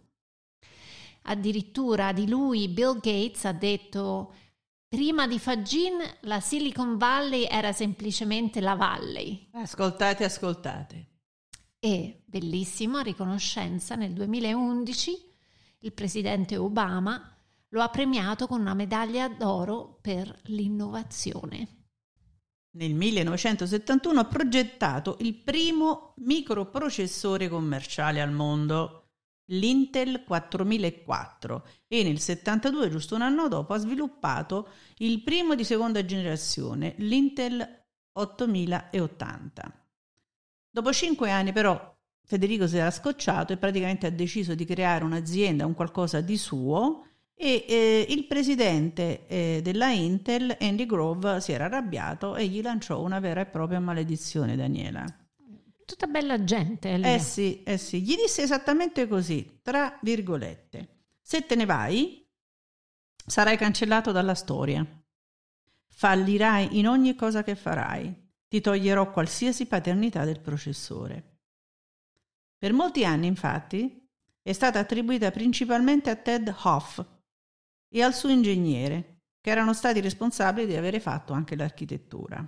Speaker 2: Addirittura di lui Bill Gates ha detto: prima di Faggin la Silicon Valley era semplicemente la Valley.
Speaker 1: Ascoltate, ascoltate.
Speaker 2: E, bellissima riconoscenza, nel duemilaundici il presidente Obama lo ha premiato con una medaglia d'oro per l'innovazione.
Speaker 1: Nel millenovecentosettantuno ha progettato il primo microprocessore commerciale al mondo, l'Intel quattromilaquattro, e nel settantadue, giusto un anno dopo, ha sviluppato il primo di seconda generazione, l'Intel ottomilaottanta. Dopo cinque anni però Federico si era scocciato e praticamente ha deciso di creare un'azienda, un qualcosa di suo, e eh, il presidente eh, della Intel, Andy Grove, si era arrabbiato e gli lanciò una vera e propria maledizione, Daniela.
Speaker 2: Tutta bella gente. Lì.
Speaker 1: Eh sì, eh sì, gli disse esattamente così, tra virgolette: se te ne vai, sarai cancellato dalla storia. Fallirai in ogni cosa che farai. Ti toglierò qualsiasi paternità del processore. Per molti anni, infatti, è stata attribuita principalmente a Ted Hoff e al suo ingegnere, che erano stati responsabili di avere fatto anche l'architettura.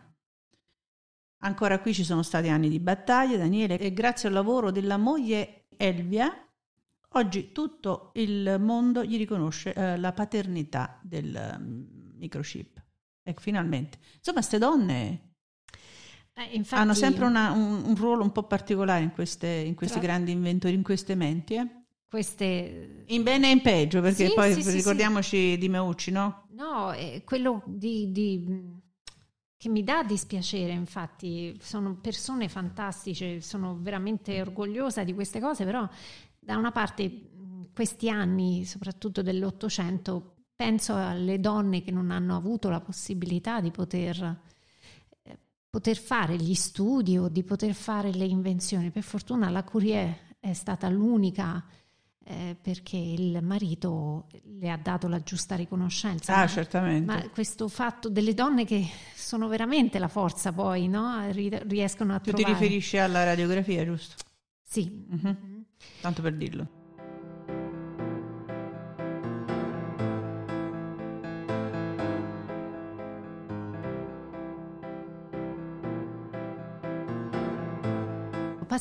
Speaker 1: Ancora qui ci sono stati anni di battaglie, Daniele, e grazie al lavoro della moglie Elvia, oggi tutto il mondo gli riconosce eh, la paternità del um, microchip. E finalmente, insomma, queste donne
Speaker 2: eh, infatti,
Speaker 1: hanno sempre una, un, un ruolo un po' particolare in, queste, in questi
Speaker 2: tra...
Speaker 1: grandi inventori, in queste menti. Eh?
Speaker 2: Queste...
Speaker 1: In bene e in peggio, perché
Speaker 2: sì,
Speaker 1: poi
Speaker 2: sì,
Speaker 1: ricordiamoci
Speaker 2: sì.
Speaker 1: di Meucci, no?
Speaker 2: No, è quello di... di... che mi dà dispiacere, infatti, sono persone fantastiche, sono veramente orgogliosa di queste cose, però da una parte questi anni, soprattutto dell'Ottocento, penso alle donne che non hanno avuto la possibilità di poter, eh, poter fare gli studi o di poter fare le invenzioni. Per fortuna la Curie è stata l'unica, eh, perché il marito le ha dato la giusta riconoscenza.
Speaker 1: Ah,
Speaker 2: ma,
Speaker 1: certamente.
Speaker 2: Ma questo fatto delle donne che sono veramente la forza, poi, no? Riescono a
Speaker 1: tu
Speaker 2: trovare...
Speaker 1: ti riferisci alla radiografia, giusto?
Speaker 2: Sì.
Speaker 1: Mm-hmm. Mm-hmm. Tanto per dirlo.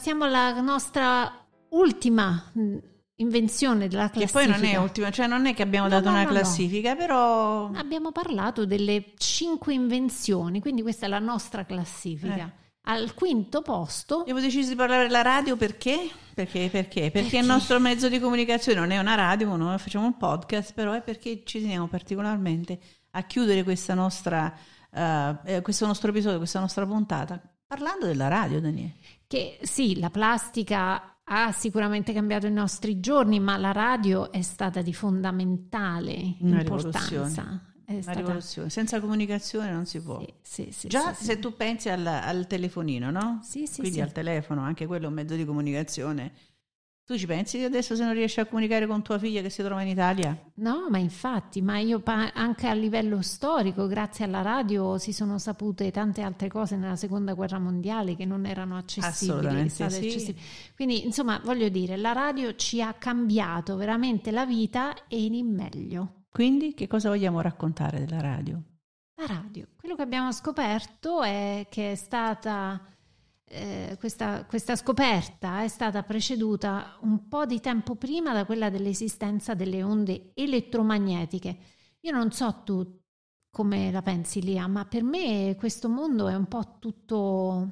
Speaker 2: passiamo alla nostra ultima invenzione della classifica.
Speaker 1: Che poi non è ultima, cioè non è che abbiamo no, dato no, una no, classifica, no. Però
Speaker 2: abbiamo parlato delle cinque invenzioni, quindi questa è la nostra classifica. Eh. Al quinto posto
Speaker 1: abbiamo deciso di parlare della radio perché? Perché? Perché? Perché, perché il nostro mezzo di comunicazione non è una radio, noi facciamo un podcast, però è perché ci teniamo particolarmente a chiudere questa nostra, uh, questo nostro episodio, questa nostra puntata, parlando della radio, Daniele.
Speaker 2: Che sì, la plastica ha sicuramente cambiato i nostri giorni, ma la radio è stata di fondamentale
Speaker 1: una
Speaker 2: importanza.
Speaker 1: È una stata... rivoluzione, senza comunicazione non si può.
Speaker 2: Sì, sì, sì,
Speaker 1: Già
Speaker 2: sì,
Speaker 1: se
Speaker 2: sì.
Speaker 1: tu pensi al, al telefonino, no?
Speaker 2: Sì, sì,
Speaker 1: Quindi
Speaker 2: sì.
Speaker 1: al telefono, anche quello è un mezzo di comunicazione. Tu ci pensi che adesso se non riesci a comunicare con tua figlia che si trova in Italia?
Speaker 2: No, ma infatti, ma io pa- anche a livello storico, grazie alla radio si sono sapute tante altre cose nella seconda guerra mondiale che non erano accessibili.
Speaker 1: Assolutamente sì.
Speaker 2: accessibili. Quindi, insomma, voglio dire, la radio ci ha cambiato veramente la vita e in meglio.
Speaker 1: Quindi che cosa vogliamo raccontare della radio?
Speaker 2: La radio, quello che abbiamo scoperto è che è stata eh, questa, questa scoperta è stata preceduta un po' di tempo prima da quella dell'esistenza delle onde elettromagnetiche. Io non so tu come la pensi, Lia, ma per me questo mondo è un po' tutto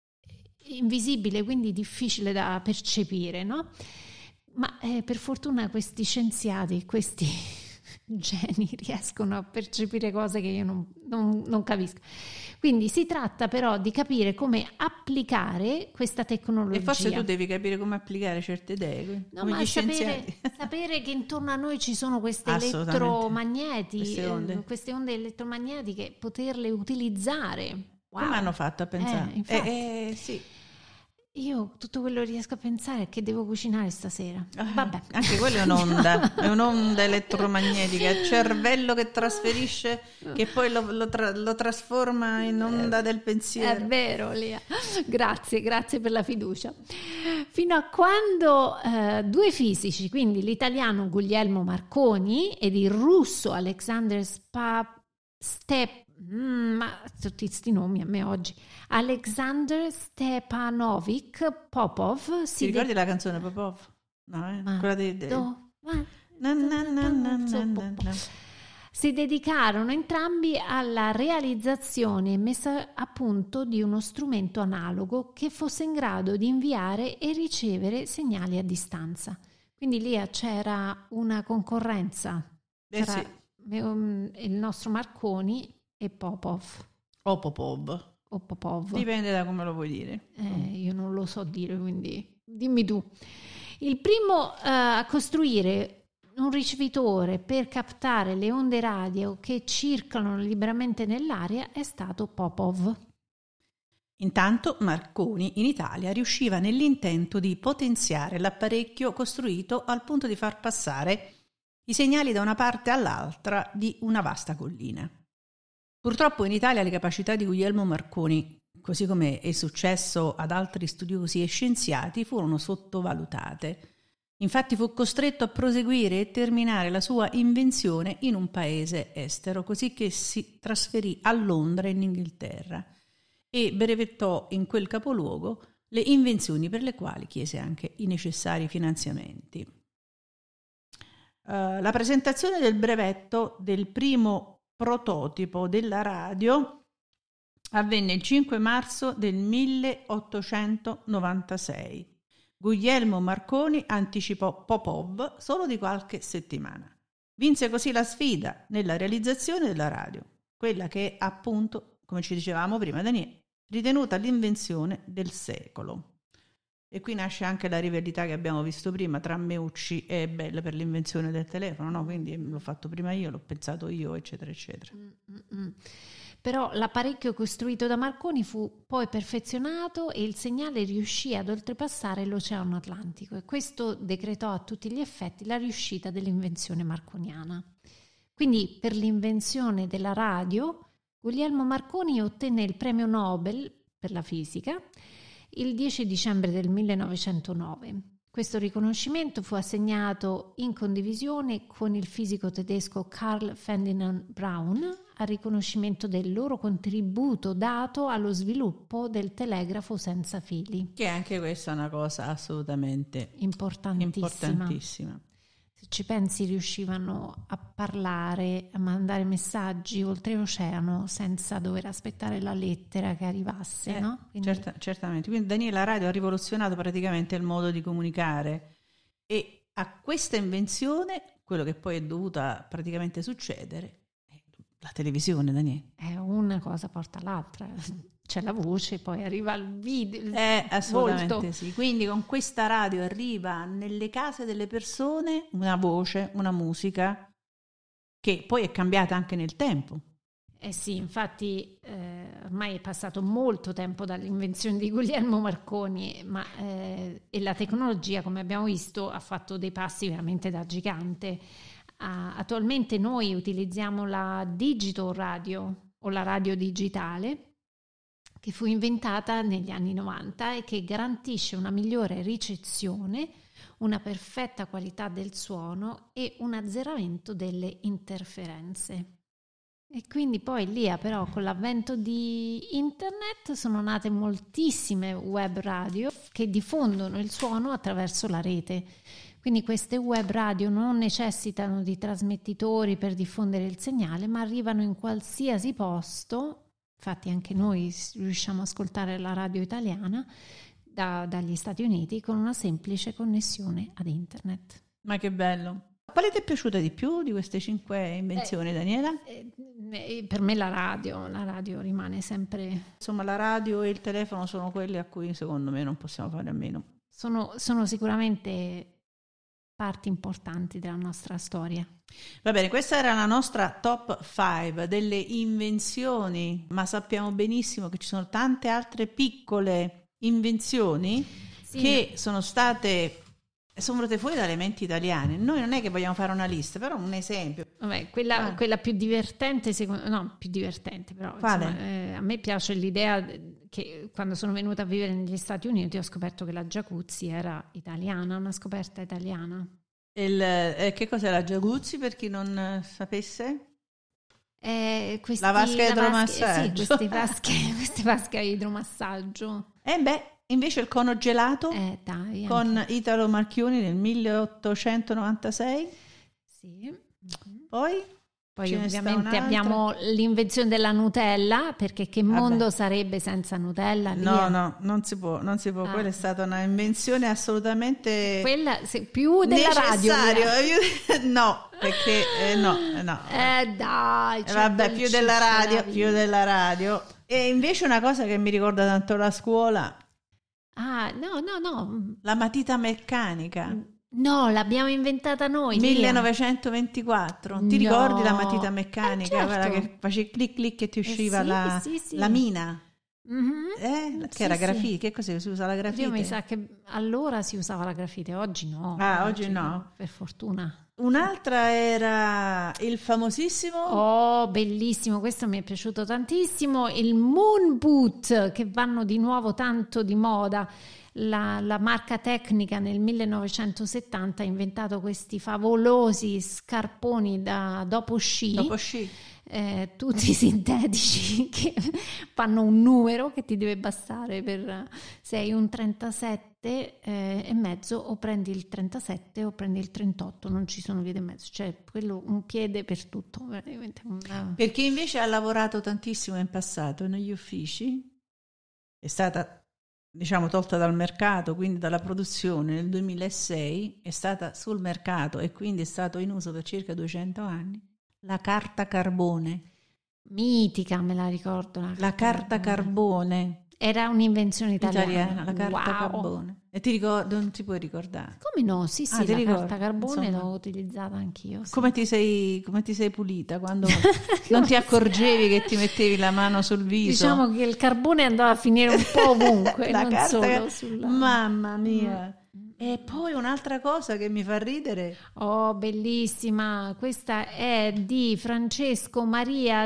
Speaker 2: invisibile, quindi difficile da percepire, no? Ma eh, per fortuna questi scienziati, questi geni riescono a percepire cose che io non, non, non capisco. Quindi si tratta però di capire come applicare questa tecnologia.
Speaker 1: E forse tu devi capire come applicare certe idee.
Speaker 2: No, ma sapere, sapere che intorno a noi ci sono queste elettromagneti,
Speaker 1: queste onde.
Speaker 2: Eh, queste onde elettromagnetiche, poterle utilizzare. Wow.
Speaker 1: Come hanno fatto a pensare?
Speaker 2: Eh, infatti.
Speaker 1: Eh, eh, sì.
Speaker 2: Io tutto quello che riesco a pensare è che devo cucinare stasera. Vabbè.
Speaker 1: Anche quella è un'onda, è un'onda elettromagnetica, il cervello che trasferisce, che poi lo, lo, tra, lo trasforma in onda del pensiero.
Speaker 2: È vero, Lia. Grazie, grazie per la fiducia. Fino a quando eh, due fisici, quindi l'italiano Guglielmo Marconi ed il russo Alexander Spa, Step Mm, ma tutti questi nomi a me oggi. Alexander Stepanovic Popov.
Speaker 1: Si Ti ricordi de- la canzone Popov? No, eh?
Speaker 2: Ma
Speaker 1: quella di... De...
Speaker 2: Do, ma, na, na, na, na, na, na, na. Si dedicarono entrambi alla realizzazione e messa a punto di uno strumento analogo che fosse in grado di inviare e ricevere segnali a distanza. Quindi lì c'era una concorrenza
Speaker 1: eh
Speaker 2: tra
Speaker 1: sì.
Speaker 2: il nostro Marconi e Popov.
Speaker 1: O Popov.
Speaker 2: O Popov.
Speaker 1: Dipende da come lo vuoi dire.
Speaker 2: Eh, io non lo so dire, quindi dimmi tu. Il primo uh, a costruire un ricevitore per captare le onde radio che circolano liberamente nell'aria è stato Popov.
Speaker 1: Intanto Marconi in Italia riusciva nell'intento di potenziare l'apparecchio costruito al punto di far passare i segnali da una parte all'altra di una vasta collina. Purtroppo in Italia le capacità di Guglielmo Marconi, così come è successo ad altri studiosi e scienziati, furono sottovalutate. Infatti fu costretto a proseguire e terminare la sua invenzione in un paese estero, così che si trasferì a Londra in Inghilterra e brevettò in quel capoluogo le invenzioni per le quali chiese anche i necessari finanziamenti. Uh, la presentazione del brevetto del primo prototipo della radio avvenne il cinque marzo del milleottocentonovantasei. Guglielmo Marconi anticipò Popov solo di qualche settimana. Vinse così la sfida nella realizzazione della radio, quella che è appunto, come ci dicevamo prima Daniele, ritenuta l'invenzione del secolo. E qui nasce anche la rivalità che abbiamo visto prima tra Meucci e Bell per l'invenzione del telefono, no? Quindi l'ho fatto prima io, l'ho pensato io, eccetera, eccetera.
Speaker 2: Mm-mm. Però l'apparecchio costruito da Marconi fu poi perfezionato e il segnale riuscì ad oltrepassare l'Oceano Atlantico e questo decretò a tutti gli effetti la riuscita dell'invenzione marconiana. Quindi per l'invenzione della radio, Guglielmo Marconi ottenne il premio Nobel per la fisica il dieci dicembre del millenovecentonove. Questo riconoscimento fu assegnato in condivisione con il fisico tedesco Carl Ferdinand Braun a riconoscimento del loro contributo dato allo sviluppo del telegrafo senza fili.
Speaker 1: Che anche questa è una cosa assolutamente
Speaker 2: importantissima.
Speaker 1: importantissima.
Speaker 2: Se ci pensi, riuscivano a parlare, a mandare messaggi oltreoceano senza dover aspettare la lettera che arrivasse,
Speaker 1: eh,
Speaker 2: no? Quindi...
Speaker 1: certa, certamente. Quindi Daniele, la radio ha rivoluzionato praticamente il modo di comunicare, e a questa invenzione quello che poi è dovuta praticamente succedere è la televisione, Daniele.
Speaker 2: È una cosa porta all'altra. C'è la voce, poi arriva il video.
Speaker 1: Eh, assolutamente
Speaker 2: volto.
Speaker 1: Sì. Quindi con questa radio arriva nelle case delle persone una voce, una musica che poi è cambiata anche nel tempo.
Speaker 2: Eh sì, infatti eh, ormai è passato molto tempo dall'invenzione di Guglielmo Marconi, ma eh, e la tecnologia, come abbiamo visto, ha fatto dei passi veramente da gigante. Uh, attualmente noi utilizziamo la digital radio o la radio digitale, che fu inventata negli anni novanta e che garantisce una migliore ricezione, una perfetta qualità del suono e un azzeramento delle interferenze. E quindi poi lì, però, con l'avvento di internet sono nate moltissime web radio che diffondono il suono attraverso la rete. Quindi queste web radio non necessitano di trasmettitori per diffondere il segnale, ma arrivano in qualsiasi posto. Infatti anche noi riusciamo a ascoltare la radio italiana da, dagli Stati Uniti con una semplice connessione ad internet.
Speaker 1: Ma che bello! Quale ti è piaciuta di più di queste cinque invenzioni, eh, Daniela?
Speaker 2: Eh, per me la radio, la radio rimane sempre...
Speaker 1: Insomma, la radio e il telefono sono quelli a cui secondo me non possiamo fare a meno.
Speaker 2: Sono, sono sicuramente parti importanti della nostra storia.
Speaker 1: Va bene, questa era la nostra top cinque delle invenzioni, ma sappiamo benissimo che ci sono tante altre piccole invenzioni sì. che sono state sono venute fuori dalle menti italiane. Noi non è che vogliamo fare una lista, però un esempio.
Speaker 2: Vabbè, quella,
Speaker 1: ah.
Speaker 2: quella più divertente, secondo, no, più divertente però. Insomma, eh, a me piace l'idea che quando sono venuta a vivere negli Stati Uniti ho scoperto che la jacuzzi era italiana, una scoperta italiana.
Speaker 1: Il, eh, che cos'è la jacuzzi per chi non eh, sapesse?
Speaker 2: Eh, questi,
Speaker 1: la vasca idromassaggio.
Speaker 2: Sì, queste vasche, queste vasche a idromassaggio.
Speaker 1: Eh beh, invece il cono gelato
Speaker 2: eh, dai,
Speaker 1: con
Speaker 2: anche.
Speaker 1: Italo Marchioni nel milleottocentonovantasei.
Speaker 2: Sì.
Speaker 1: Poi?
Speaker 2: Poi ovviamente abbiamo l'invenzione della Nutella, perché che mondo Vabbè. sarebbe senza Nutella?
Speaker 1: No,
Speaker 2: via.
Speaker 1: no, non si può, non si può. Ah. Quella è stata una invenzione assolutamente
Speaker 2: Quella se, più della
Speaker 1: necessario.
Speaker 2: radio.
Speaker 1: No, perché eh, no, no.
Speaker 2: Eh dai,
Speaker 1: eh, vabbè, più della radio, più della radio. E invece una cosa che mi ricorda tanto la scuola.
Speaker 2: Ah, no, no, no.
Speaker 1: La matita meccanica.
Speaker 2: No, l'abbiamo inventata noi.
Speaker 1: millenovecentoventiquattro. Ti
Speaker 2: no.
Speaker 1: ricordi la matita meccanica?
Speaker 2: Eh, certo.
Speaker 1: Quella che facevi clic clic e ti usciva
Speaker 2: eh, sì,
Speaker 1: la,
Speaker 2: sì, sì.
Speaker 1: la mina.
Speaker 2: Mm-hmm.
Speaker 1: Eh, che
Speaker 2: sì,
Speaker 1: era
Speaker 2: sì.
Speaker 1: grafite. Che cos'è? Si usa la grafite?
Speaker 2: Io mi sa che allora si usava la grafite, oggi no.
Speaker 1: Ah, oggi, oggi no.
Speaker 2: no. Per fortuna.
Speaker 1: Un'altra era il famosissimo...
Speaker 2: Oh, bellissimo, questo mi è piaciuto tantissimo. Il Moon Boot, che vanno di nuovo tanto di moda. La, la marca Tecnica nel millenovecentosettanta ha inventato questi favolosi scarponi da dopo sci,
Speaker 1: dopo sci.
Speaker 2: Eh, tutti sintetici, che fanno un numero che ti deve bastare per se hai un trentasette eh, e mezzo, o prendi il trentasette o prendi il trentotto, non ci sono vie di mezzo, cioè quello un piede per tutto, veramente una...
Speaker 1: Perché invece ha lavorato tantissimo in passato negli uffici, è stata diciamo tolta dal mercato, quindi dalla produzione nel duemilasei, è stata sul mercato e quindi è stato in uso per circa duecento anni, la carta carbone.
Speaker 2: Mitica, me la ricordo. La,
Speaker 1: la carta carbone. carbone.
Speaker 2: Era un'invenzione italiana.
Speaker 1: italiana la carta
Speaker 2: wow.
Speaker 1: carbone. E ti ricordo, non ti puoi ricordare?
Speaker 2: Come no? Sì, sì,
Speaker 1: ah,
Speaker 2: la
Speaker 1: ricordo,
Speaker 2: carta carbone
Speaker 1: insomma.
Speaker 2: l'ho utilizzata anch'io. Sì.
Speaker 1: Come ti sei, come ti sei pulita quando non ti accorgevi che ti mettevi la mano sul viso?
Speaker 2: Diciamo che il carbone andava a finire un po' ovunque,
Speaker 1: la
Speaker 2: non
Speaker 1: carta
Speaker 2: solo sulla...
Speaker 1: Mamma mia! Mm. E poi un'altra cosa che mi fa ridere.
Speaker 2: Oh, bellissima! Questa è di Francesco Maria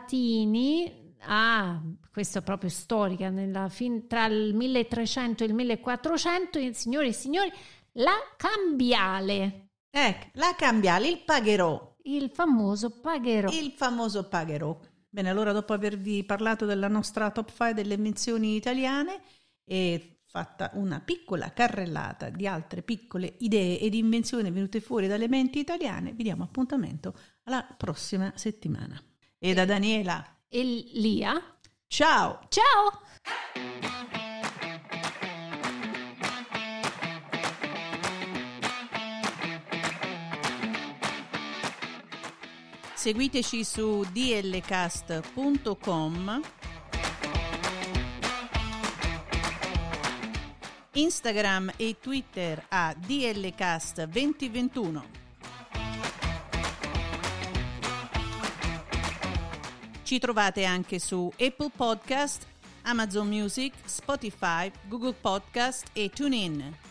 Speaker 2: Datini. Ah, questa è proprio storica, nella fin, tra il milletrecento e il millequattrocento, signori e signori, la cambiale.
Speaker 1: Ecco, la cambiale, il pagherò.
Speaker 2: il famoso pagherò.
Speaker 1: Il famoso pagherò. Bene, allora dopo avervi parlato della nostra top five delle invenzioni italiane e fatta una piccola carrellata di altre piccole idee ed invenzioni venute fuori dalle menti italiane, vi diamo appuntamento alla prossima settimana. E da Daniela
Speaker 2: e Lia,
Speaker 1: ciao!
Speaker 2: Ciao!
Speaker 1: Seguiteci su d l cast punto com, Instagram e Twitter a D L Cast duemilaventuno. Ci trovate anche su Apple Podcast, Amazon Music, Spotify, Google Podcast e TuneIn.